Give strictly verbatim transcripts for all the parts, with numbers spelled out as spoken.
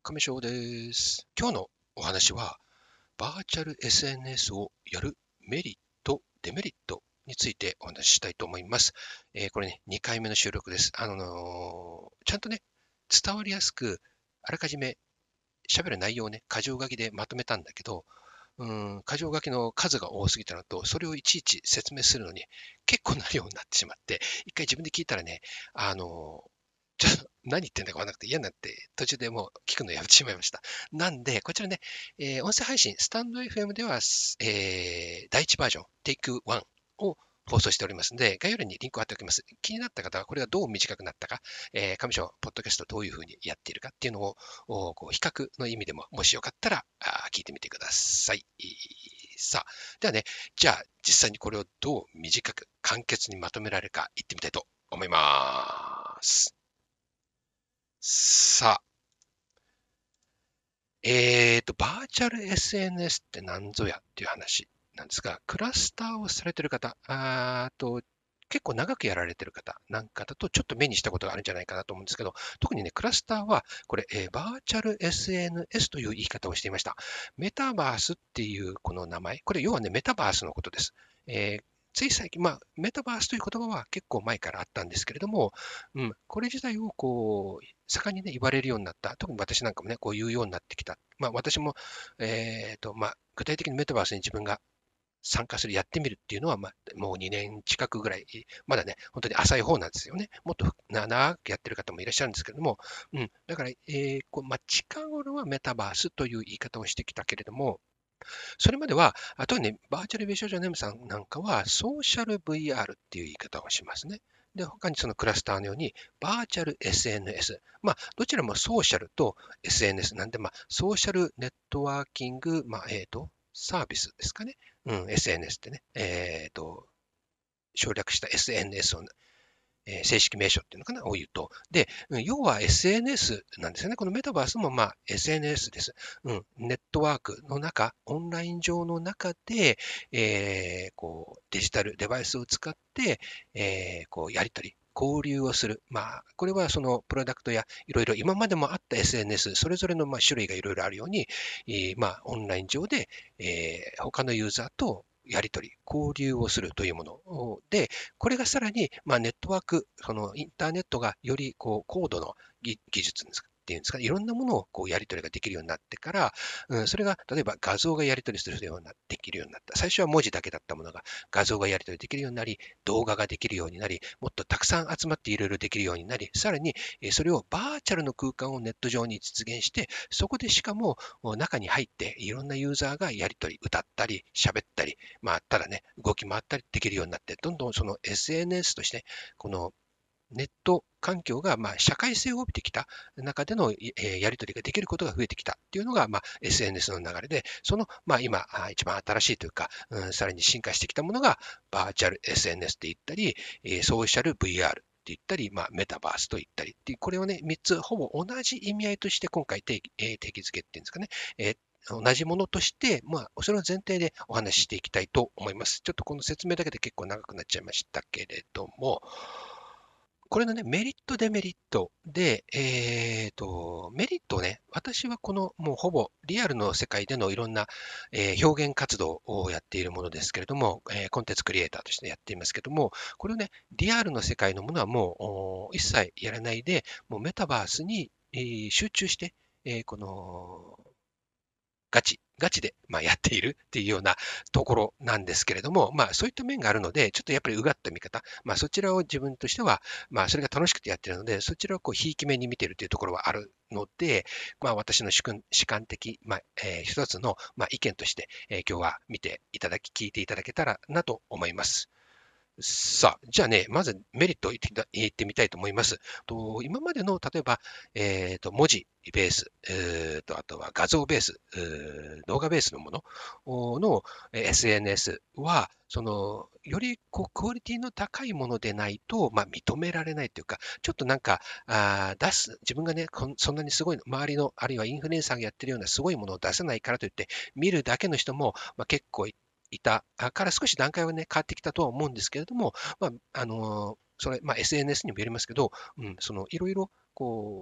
上翔です。今日のお話は、バーチャル エスエヌエス をやるメリット、デメリットについてお話ししたいと思います。えーこれね、にかいめの収録です。あのーちゃんとね、伝わりやすく、あらかじめ喋る内容をね、箇条書きでまとめたんだけど、うん、箇条書きの数が多すぎたのと、それをいちいち説明するのに結構な量になってしまって、一回自分で聞いたらね、あのーちょっと何言ってんだかわからなくて嫌になって、途中でもう聞くのやめてしまいました。なんで、こちらね、えー音声配信、スタンド エフエム では、えー、第一バージョン、テイクワンを放送しておりますので、概要欄にリンクを貼っておきます。気になった方は、これがどう短くなったか、えー、上章、ポッドキャストどういうふうにやっているかっていうのを、おこう比較の意味でも、もしよかったらあ聞いてみてください。さあ、ではね、じゃあ実際にこれをどう短く簡潔にまとめられるか言ってみたいと思います。さあ、えーと、バーチャル エスエヌエス って何ぞやっていう話なんですが、クラスターをされてる方、あーと、結構長くやられてる方なんかだとちょっと目にしたことがあるんじゃないかなと思うんですけど、特にね、クラスターは、これ、えーバーチャル エスエヌエス という言い方をしていました。メタバースっていうこの名前、これ要はね、メタバースのことです。えーつい最近、まあ、メタバースという言葉は結構前からあったんですけれども、うん、これ自体をこう、盛んにね、言われるようになった。特に私なんかもね、こう言うようになってきた。まあ私も、えっと、まあ具体的にメタバースに自分が参加する、やってみるっていうのは、まあもうにねん近くぐらい、まだね、本当に浅い方なんですよね。もっと長くやってる方もいらっしゃるんですけれども、うん。だから、えーこう、まあ近頃はメタバースという言い方をしてきたけれども、それまでは、あとはね、バーチャル美少女ネムさんなんかは、ソーシャル ブイアール っていう言い方をしますね。で、他にそのクラスターのように、バーチャル エスエヌエス。まあ、どちらもソーシャルと エスエヌエス なんで、まあ、ソーシャルネットワーキング、まあ、えっと、サービスですかね。うん、エスエヌエス ってね。えっと、省略した エスエヌエス をえー正式名称っていうのかなを言うと。で、要は エスエヌエス なんですよね。このメタバースもまあ エスエヌエス です。うん。ネットワークの中、オンライン上の中で、えーこうデジタルデバイスを使って、えーこうやり取り、交流をする。まあ、これはそのプロダクトやいろいろ今までもあった エスエヌエス、それぞれのまあ種類がいろいろあるように、えーまあ、オンライン上で、えー他のユーザーとやり取り、交流をするというもので、これがさらに、まあ、ネットワーク、そのインターネットがよりこう高度の技技術ですかっていうんですか、いろんなものをこうやり取りができるようになってから、うん、それが例えば画像がやり取りするようになできるようになった。最初は文字だけだったものが画像がやり取りできるようになり、動画ができるようになり、もっとたくさん集まっていろいろできるようになり、さらにえそれをバーチャルの空間をネット上に実現して、そこでしかも中に入っていろんなユーザーがやり取り、歌ったり、喋ったり、まあ、ただね、動き回ったりできるようになって、どんどんその エスエヌエス として、このネット環境がまあ社会性を帯びてきた中でのやり取りができることが増えてきたっていうのがまあ エスエヌエス の流れで、そのまあ今一番新しいというか、うん、さらに進化してきたものがバーチャル エスエヌエス って言ったり、ソーシャル ブイアール って言ったり、まあ、メタバースと言ったりっていう、これをね、みっつほぼ同じ意味合いとして今回定義、えー定義づけっていうんですかね、えー同じものとして、まあ、それを前提でお話ししていきたいと思います。ちょっとこの説明だけで結構長くなっちゃいましたけれども、これのね、メリット、デメリットで、えっと、メリットをね、私はこのもうほぼリアルの世界でのいろんな、えー表現活動をやっているものですけれども、えーコンテンツクリエイターとしてやっていますけども、これをね、リアルの世界のものはもうお一切やらないで、もうメタバースに、えー集中して、えーこのガチ、ガチで、まあ、やっているっていうようなところなんですけれども、まあ、そういった面があるので、ちょっとやっぱりうがった見方、まあ、そちらを自分としては、まあ、それが楽しくてやっているので、そちらをこう、ひいき目に見ているというところはあるので、まあ、私の主観主観的、まあ、えー一つの、まあ、意見として、えー今日は見ていただき、聞いていただけたらなと思います。さあ、じゃあね、まずメリットを言って言ってみたいと思います。と今までの、例えば、えーと、文字ベース、えーと、あとは画像ベース、えー動画ベースのもののえー エスエヌエス は、その、よりこうクオリティの高いものでないと、まあ、認められないというか、ちょっとなんか、あー出す、自分がね、こんそんなにすごいの、周りの、あるいはインフルエンサーがやってるようなすごいものを出せないからといって、見るだけの人も、まあ、結構いたから少し段階はね、変わってきたとは思うんですけれども、まあ、あの、それ、まあ、エスエヌエス にもよりますけど、うん、その、いろいろ、こう、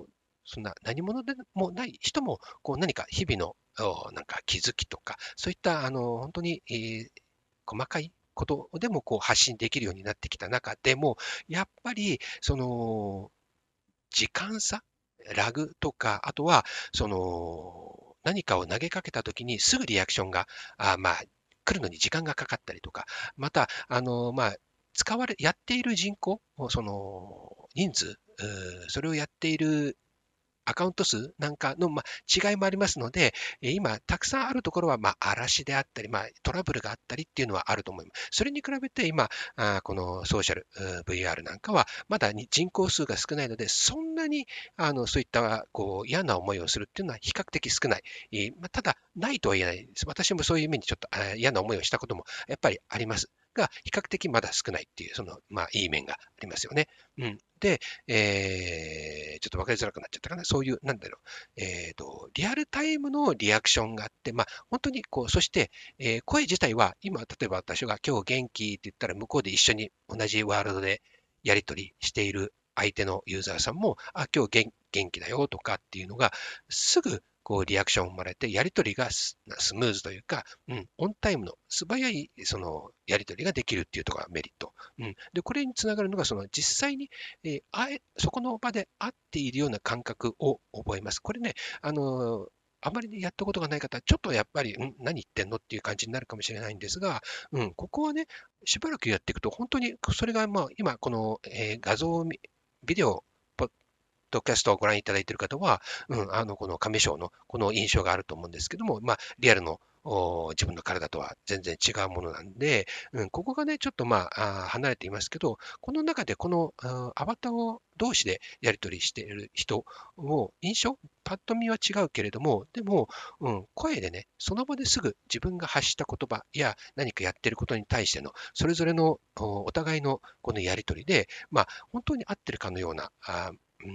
そんな何者でもない人も、こう何か日々のおなんか気づきとか、そういったあの本当に、えー細かいことでもこう発信できるようになってきた中でも、やっぱりその時間差、ラグとか、あとはその何かを投げかけたときにすぐリアクションが、あまあ、来るのに時間がかかったりとか、また、あのまあ、使われ、やっている人口、その人数、うーそれをやっているアカウント数なんかの、まあ、違いもありますので、えー今、たくさんあるところは、まあ、嵐であったり、まあ、トラブルがあったりっていうのはあると思います。それに比べて今、あーこのソーシャル、うー ブイアール なんかは、まだに人口数が少ないので、そんなにあのそういったこう嫌な思いをするっていうのは比較的少ない。えーまあ、ただ、ないとは言えないです。私もそういう面にちょっとあー嫌な思いをしたこともやっぱりありますが、比較的まだ少ないっていう、その、まあ、いい面がありますよね。うん。で、えー、ちょっと分かりづらくなっちゃったかな。そういう、なんだろう、えーと、リアルタイムのリアクションがあって、まあ、本当にこう、そして、えー声自体は、今、例えば私が今日元気って言ったら、向こうで一緒に同じワールドでやり取りしている相手のユーザーさんも、あ、今日元元気だよとかっていうのが、すぐこうリアクションをもらえて、やり取りがススムーズというか、うん、オンタイムの素早いそのやり取りができるっていうところがメリット。うん、で、これにつながるのが、その実際にえーあえ、そこの場で会っているような感覚を覚えます。これね、あのーあまりねやったことがない方は、ちょっとやっぱり、ん、何言ってんのっていう感じになるかもしれないんですが、うん、ここはね、しばらくやっていくと、本当にそれが、まあ、今、この、えー画像、ビデオ、ポッドキャストをご覧いただいている方は、うん、あの、この亀章のこの印象があると思うんですけども、まあ、リアルのお自分の体とは全然違うものなんで、うん、ここがね、ちょっとまあ、あ離れていますけど、この中でこのあアバターを同士でやり取りしている人を印象、パッと見は違うけれども、でも、うん、声でね、その場ですぐ自分が発した言葉や何かやってることに対しての、それぞれのおお互いのこのやり取りで、まあ、本当に合ってるかのような、あうん、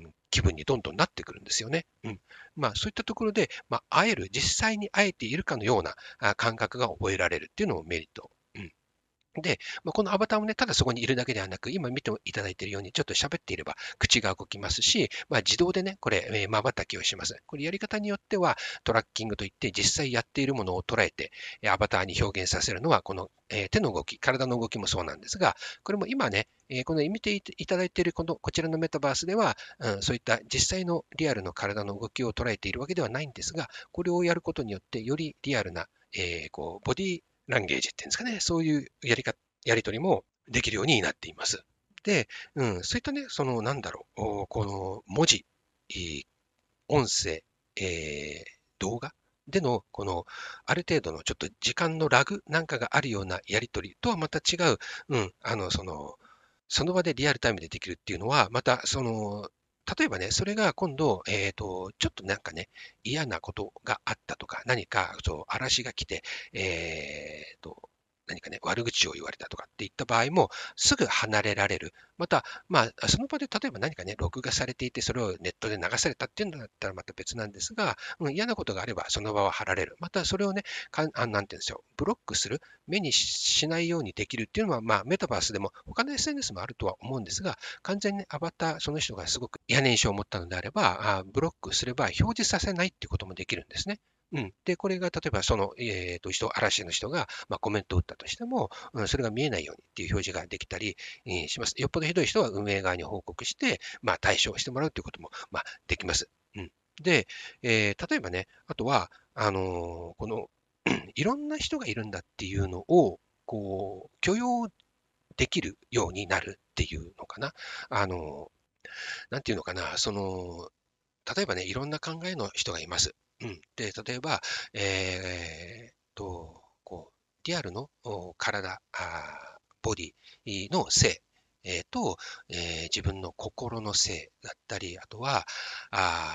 気分にどんどんなってくるんですよね。うん。まあ、そういったところで、まあ、会える、実際に会えているかのようなあ感覚が覚えられるっていうのもメリット。うん。で、まあ、このアバターもね、ただそこにいるだけではなく、今見ていただいているように、ちょっと喋っていれば口が動きますし、まあ、自動でね、これ、えー瞬きをします。これやり方によっては、トラッキングといって、実際やっているものを捉えて、えーアバターに表現させるのは、この、えー手の動き、体の動きもそうなんですが、これも今ね、えーこの見ていただいているこの、こちらのメタバースでは、うん、そういった実際のリアルの体の動きを捉えているわけではないんですが、これをやることによって、よりリアルな、えーこうボディランゲージっていうんですかね、そういうやり方、やり取りもできるようになっています。で、うん、そういったね、その、なんだろう、この文字、音声、えー動画での、この、ある程度のちょっと時間のラグなんかがあるようなやり取りとはまた違う、うん、あの、その、その場でリアルタイムでできるっていうのは、また、その、例えばね、それが今度、えっと、ちょっとなんかね、嫌なことがあったとか、何か、そう、嵐が来て、えっと、何かね、悪口を言われたとかっていった場合も、すぐ離れられる。また、まあ、その場で例えば何かね、録画されていて、それをネットで流されたっていうのだったらまた別なんですが、うん、嫌なことがあればその場は離れる。またそれをね、かんあなんていうんですよ、ブロックする、目にしないようにできるっていうのは、まあ、メタバースでも他の エスエヌエス もあるとは思うんですが、完全にアバター、その人がすごく嫌な印象を持ったのであれば、あブロックすれば表示させないっていうこともできるんですね。うん。で、これが例えばその、えーと、人、嵐の人が、まあ、コメントを打ったとしても、うん、それが見えないようにっていう表示ができたり、えーします。よっぽどひどい人は運営側に報告して、まあ、対処してもらうということも、まあ、できます。うん。で、えー例えばね、あとは、あのーこの、いろんな人がいるんだっていうのを、こう、許容できるようになるっていうのかな。あのーなんていうのかな、その、例えばね、いろんな考えの人がいます。うん。で、例えば、えーっと、こう、リアルのお体、あーボディの性、えーと、えー自分の心の性だったり、あとは、あ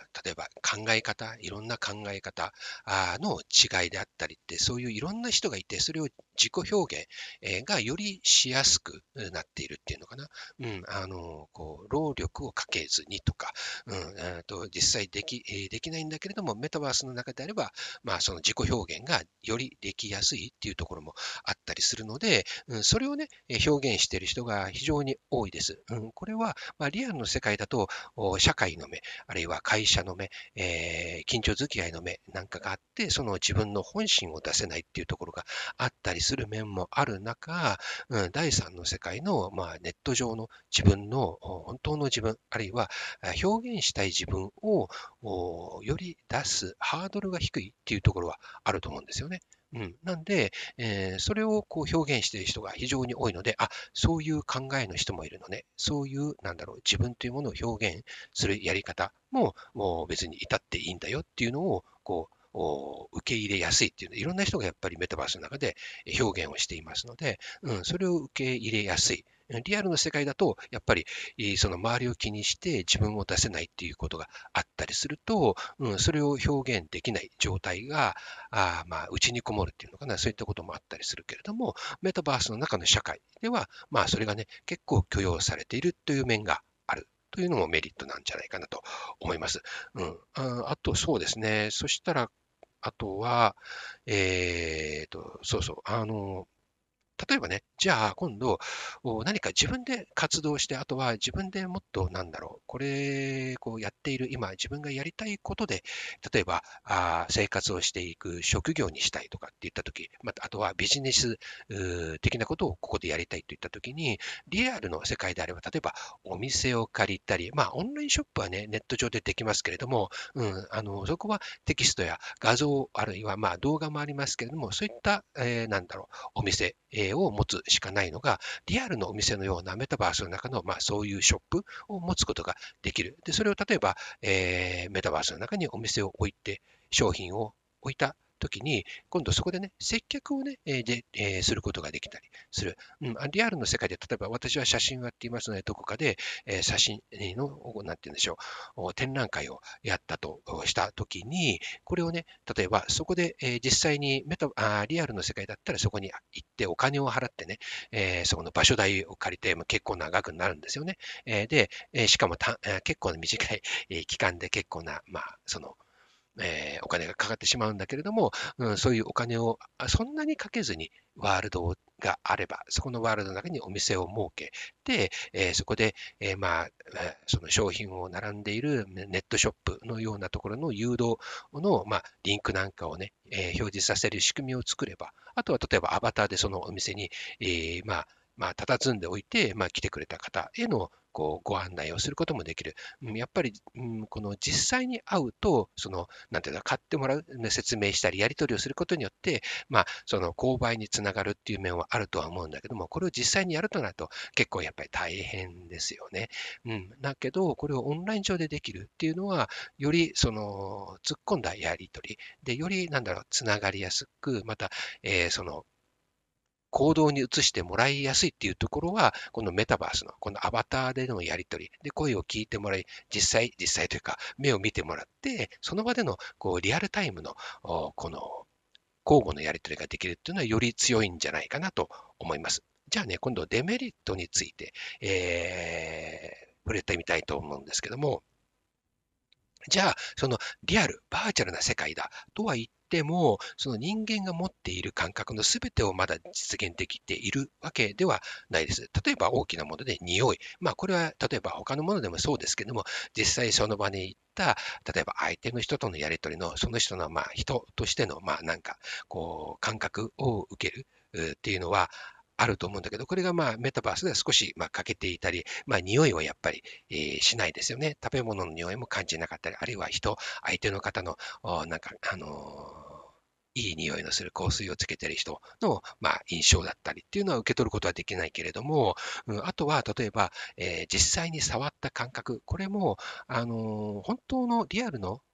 例えば考え方、いろんな考え方あーの違いであったりって、そういういろんな人がいて、それを自己表現えーがよりしやすくなっているっていうのかな。うん、あの、こう、労力をかけずにとか、うん、えーと、実際でき、えーできないんだけれども、メタバースの中であれば、まあ、その自己表現がよりできやすいっていうところもあったりするので、うん、それをね、えー表現している人が非常に多いです。うん、これは、まあ、リアルの世界だと、お社会の目、あるいは会社の目、えー近所付き合いの目なんかがあって、その自分の本心を出せないっていうところがあったりする面もある中、うん、第三の世界の、まあ、ネット上の自分のお本当の自分、あるいはあ表現したい自分をおより出すハードルが低いっていうところはあると思うんですよね。うん、なんで、えーそれをこう表現している人が非常に多いので、あ、そういう考えの人もいるのね。そういう、なんだろう、自分というものを表現するやり方も、もう別に至っていいんだよっていうのを、こう、お受け入れやすいっていうの、いろんな人がやっぱりメタバースの中で表現をしていますので、うん、それを受け入れやすい。リアルの世界だと、やっぱり、その周りを気にして自分を出せないっていうことがあったりすると、うん、それを表現できない状態が、あまあ、内にこもるっていうのかな、そういったこともあったりするけれども、メタバースの中の社会では、まあ、それがね、結構許容されているという面がある。というのもメリットなんじゃないかなと思います。うん。ああと、そうですね。そしたら、あとは、えーと、そうそう、あの、例えばね、じゃあ今度、お何か自分で活動して、あとは自分でもっとなんだろう、これ、こうやっている今、自分がやりたいことで、例えば、あー生活をしていく職業にしたいとかって言ったとき、また、あとはビジネスうー的なことをここでやりたいといったときに、リアルの世界であれば、例えばお店を借りたり、まあ、オンラインショップはね、ネット上でできますけれども、うん、あの、そこはテキストや画像、あるいはまあ動画もありますけれども、そういった、えーなんだろう、お店を持つしかないのが、リアルのお店のようなメタバースの中の、まあ、そういうショップを持つことができる。で、それを例えば、えーメタバースの中にお店を置いて、商品を置いた時に、今度そこでね、接客をね、えーで、えーすることができたりする。うん、リアルの世界で、例えば私は写真をやっていますので、どこかで、えー写真の、なんて言うんでしょう、展覧会をやったとしたときに、これをね、例えばそこで、えー実際にメタあリアルの世界だったらそこに行ってお金を払ってね、えーそこの場所代を借りて、まあ、結構長くなるんですよね。えーで、えーしかもた、えー結構な短い期間で結構な、まあ、その、えーお金がかかってしまうんだけれども、うん、そういうお金をそんなにかけずにワールドがあれば、そこのワールドの中にお店を設けて、えーそこで、えーまあ、その商品を並んでいるネットショップのようなところの誘導の、まあ、リンクなんかをね、えー表示させる仕組みを作れば、あとは例えばアバターでそのお店に、えーまあ、まあ、佇んでおいて、まあ、来てくれた方へのこうご案内をすることもできる。やっぱり、うん、この実際に会うと、その、なんていうの、買ってもらう、説明したり、やり取りをすることによって、まあ、その購買につながるっていう面はあるとは思うんだけども、これを実際にやるとなると、結構やっぱり大変ですよね。うん。だけど、これをオンライン上でできるっていうのは、より、その、突っ込んだやり取りで、より、なんだろう、つながりやすく、また、えーその、行動に移してもらいやすいっていうところは、このメタバースの、このアバターでのやり取り、で、声を聞いてもらい、実際、実際というか、目を見てもらって、その場での、こう、リアルタイムの、おこの、交互のやり取りができるっていうのは、より強いんじゃないかなと思います。じゃあね、今度デメリットについて、えー、触れてみたいと思うんですけども、じゃあ、そのリアル、バーチャルな世界だとは言っても、その人間が持っている感覚のすべてをまだ実現できているわけではないです。例えば大きなもので匂い。まあこれは例えば他のものでもそうですけども、実際その場に行った、例えば相手の人とのやりとりの、その人のまあ人としてのまあなんかこう感覚を受けるっていうのは、あると思うんだけど、これがまあメタバースでは少しまあ欠けていたり、まあ匂いはやっぱりえーしないですよね。食べ物の匂いも感じなかったり、あるいは人、相手の方の、おなんか、あのーいい匂いのする香水をつけてる人の、まあ、印象だったりっていうのは受け取ることはできないけれども、うん、あとは、例えば、えー実際に触った感覚、これも、あのー本当のリアルの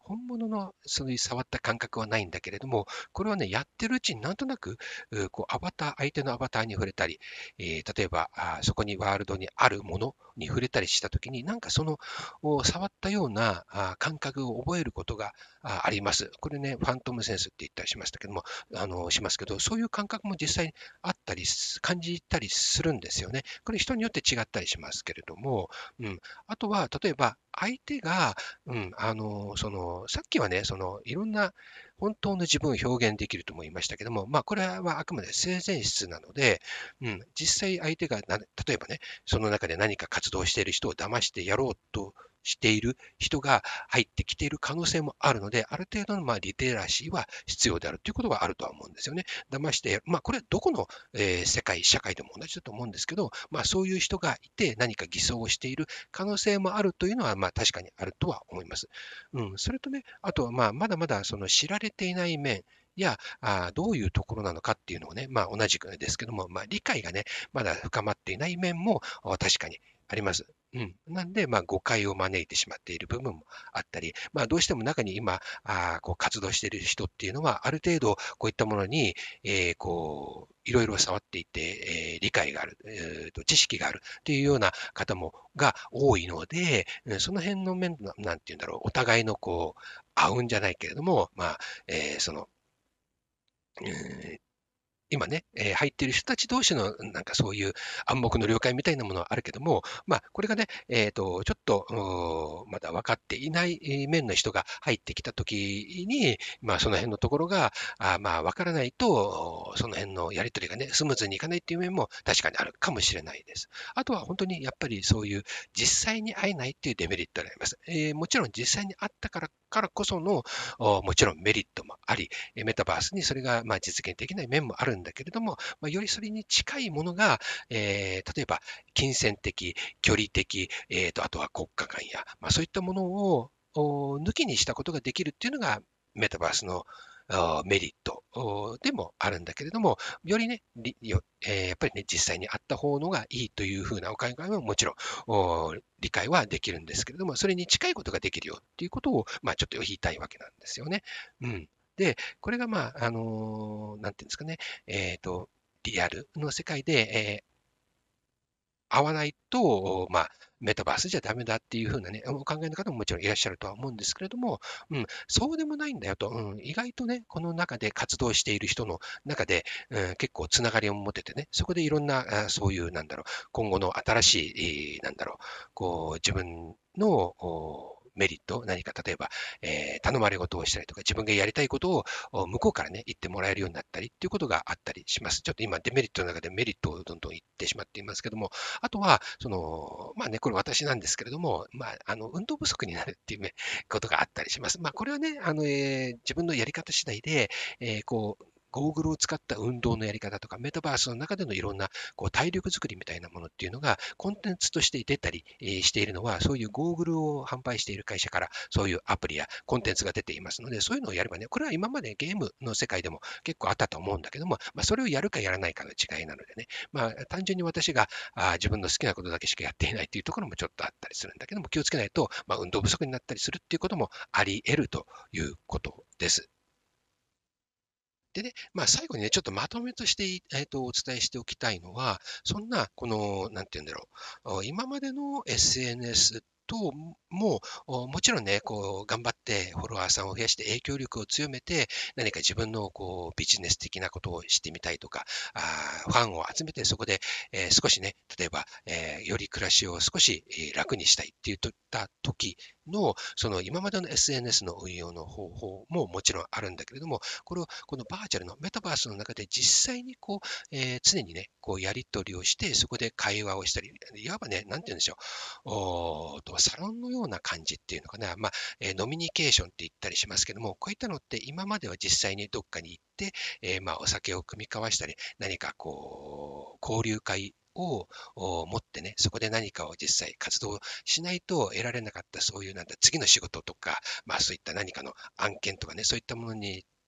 本物のそういう触った感覚はないんだけれども、これはね、やってるうちになんとなく、うこうアバター、相手のアバターに触れたり、えー例えばあそこにワールドにあるものに触れたりしたときに、なんかそのお触ったようなあ感覚を覚えることがああります。これね、ファントムセンスって言ったりしましたけども、あのしますけど、そういう感覚も実際にあったりす、感じたりするんですよね。これ人によって違ったりしますけれども、うん。あとは、例えば相手が、うん、あの、その、さっきはね、その、いろんな本当の自分を表現できるとも言いましたけども、まあ、これはあくまで性善説なので、うん、実際相手がな、例えばね、その中で何か活動している人を騙してやろうとしている人が入ってきている可能性もあるので、ある程度のまあリテラシーは必要であるということはあるとは思うんですよね。騙してやる、まあ、これはどこの、えー世界、社会でも同じだと思うんですけど、まあ、そういう人がいて何か偽装をしている可能性もあるというのは、まあ、確かにあるとは思います。うん、それとね、あとはまあまだまだその知られていない面や、あどういうところなのかっていうのをね、まあ、同じくですけども、まあ、理解がね、まだ深まっていない面もあ確かにあります。うん。なんで、まあ、誤解を招いてしまっている部分もあったり、まあ、どうしても中に今、あこう活動している人っていうのは、ある程度、こういったものに、えーこう、いろいろ触っていて、えー理解がある、えーと、知識があるっていうような方も、が多いので、うんその辺の面、なんていうんだろう、お互いのこう、合うんじゃないけれども、まあ、えーその、うん今ね、えー入っている人たち同士のなんかそういう暗黙の了解みたいなものはあるけども、まあ、これがね、えっと、ちょっと、うーまだ分かっていないえー面の人が入ってきたときに、まあ、その辺のところが、あまあ、分からないと、その辺のやり取りがね、スムーズにいかないっていう面も確かにあるかもしれないです。あとは本当にやっぱりそういう実際に会えないっていうデメリットがあります。えーもちろん実際に会ったからからこその、おもちろんメリットもあり、えメタバースにそれがまあ実現できない面もあるんだけれども、まあ、よりそれに近いものが、えー例えば金銭的、距離的、えーと、あとは国家間や、まあ、そういったものをお抜きにしたことができるっていうのがメタバースのおメリットおでもあるんだけれども、よりね、りよえーやっぱりね、実際にあった方のがいいというふうなお考えももちろんお理解はできるんですけれども、それに近いことができるよっていうことを、まあ、ちょっと言いたいわけなんですよね。うん。で、これがまあ、あのーなんていうんですかね、えっと、リアルの世界で、えー合わないと、まあ、メタバースじゃダメだっていう風なね、お考えの方ももちろんいらっしゃるとは思うんですけれども、うん、そうでもないんだよと、うん、意外とね、この中で活動している人の中で、うん、結構つながりを持ててね、そこでいろんな、あそういう、なんだろう、今後の新しい、えーなんだろう、こう、自分の、おメリット、何か例えば、えー頼まれ事をしたりとか、自分がやりたいことをお向こうからね、言ってもらえるようになったりっていうことがあったりします。ちょっと今、デメリットの中でメリットをどんどん言ってしまっていますけども、あとは、その、まあね、これ私なんですけれども、まあ、あの、運動不足になるっていうねことがあったりします。まあ、これはね、あの、えー自分のやり方次第で、えーこう、ゴーグルを使った運動のやり方とか、メタバースの中でのいろんなこう体力作りみたいなものっていうのが、コンテンツとして出たりえーしているのは、そういうゴーグルを販売している会社から、そういうアプリやコンテンツが出ていますので、そういうのをやればね、これは今までゲームの世界でも結構あったと思うんだけども、まあ、それをやるかやらないかの違いなのでね、まあ、単純に私があ自分の好きなことだけしかやっていないというところもちょっとあったりするんだけども、気をつけないと、まあ、運動不足になったりするっていうこともあり得るということです。でね、まあ、最後にね、ちょっとまとめとして、えっと、お伝えしておきたいのは、そんな、この、なんて言うんだろう、今までの エスエヌエス とも、もちろんね、こう、頑張ってフォロワーさんを増やして影響力を強めて、何か自分のこうビジネス的なことをしてみたいとか、あファンを集めてそこで、えー少しね、例えば、えーより暮らしを少しえー楽にしたいって言った時の、その今までの エスエヌエス の運用の方法ももちろんあるんだけれども、これをこのバーチャルのメタバースの中で実際にこう、えー常にね、こうやり取りをして、そこで会話をしたり、いわばね、なんて言うんでしょう、おーとサロンのような感じっていうのかな、まあ、えーノミニケーションって言ったりしますけども、こういったのって今までは実際にどっかに行って、えーまあ、お酒を酌み交わしたり、何かこう、交流会をお持ってね、そこで何かを実際活動しないと得られなかったそういうなんだ次の仕事とか、まあそういった何かの案件とかね、そういったものに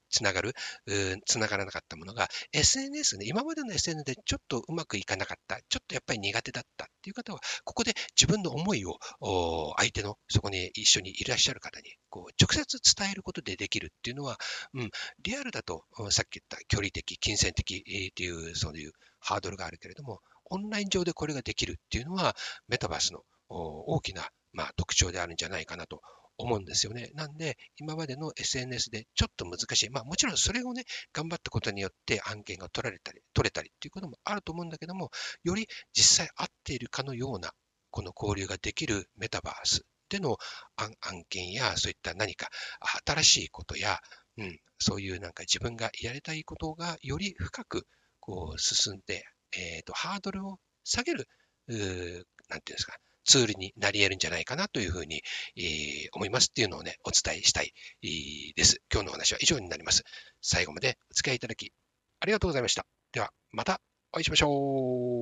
つながる、つながらなかったものが、エスエヌエス ね、今までの エスエヌエス でちょっとうまくいかなかった、ちょっとやっぱり苦手だったっていう方は、ここで自分の思いを相手のそこに一緒にいらっしゃる方にこう直接伝えることでできるっていうのは、うん、リアルだとさっき言った距離的、金銭的っていうそういうハードルがあるけれども、オンライン上でこれができるっていうのは、メタバースの大きな、まあ、特徴であるんじゃないかなと思うんですよね。なんで、今までの エスエヌエス でちょっと難しい。まあもちろんそれをね、頑張ったことによって案件が取られたり、取れたりっていうこともあると思うんだけども、より実際合っているかのような、この交流ができるメタバースでの案件や、そういった何か新しいことや、うん、そういうなんか自分がやりたいことがより深くこう進んで、えっと、ハードルを下げる、うーなんていうんですか、ツールになり得るんじゃないかなというふうに、えー思いますっていうのをね、お伝えしたいえーです。今日のお話は以上になります。最後までお付き合いいただきありがとうございました。では、またお会いしましょう。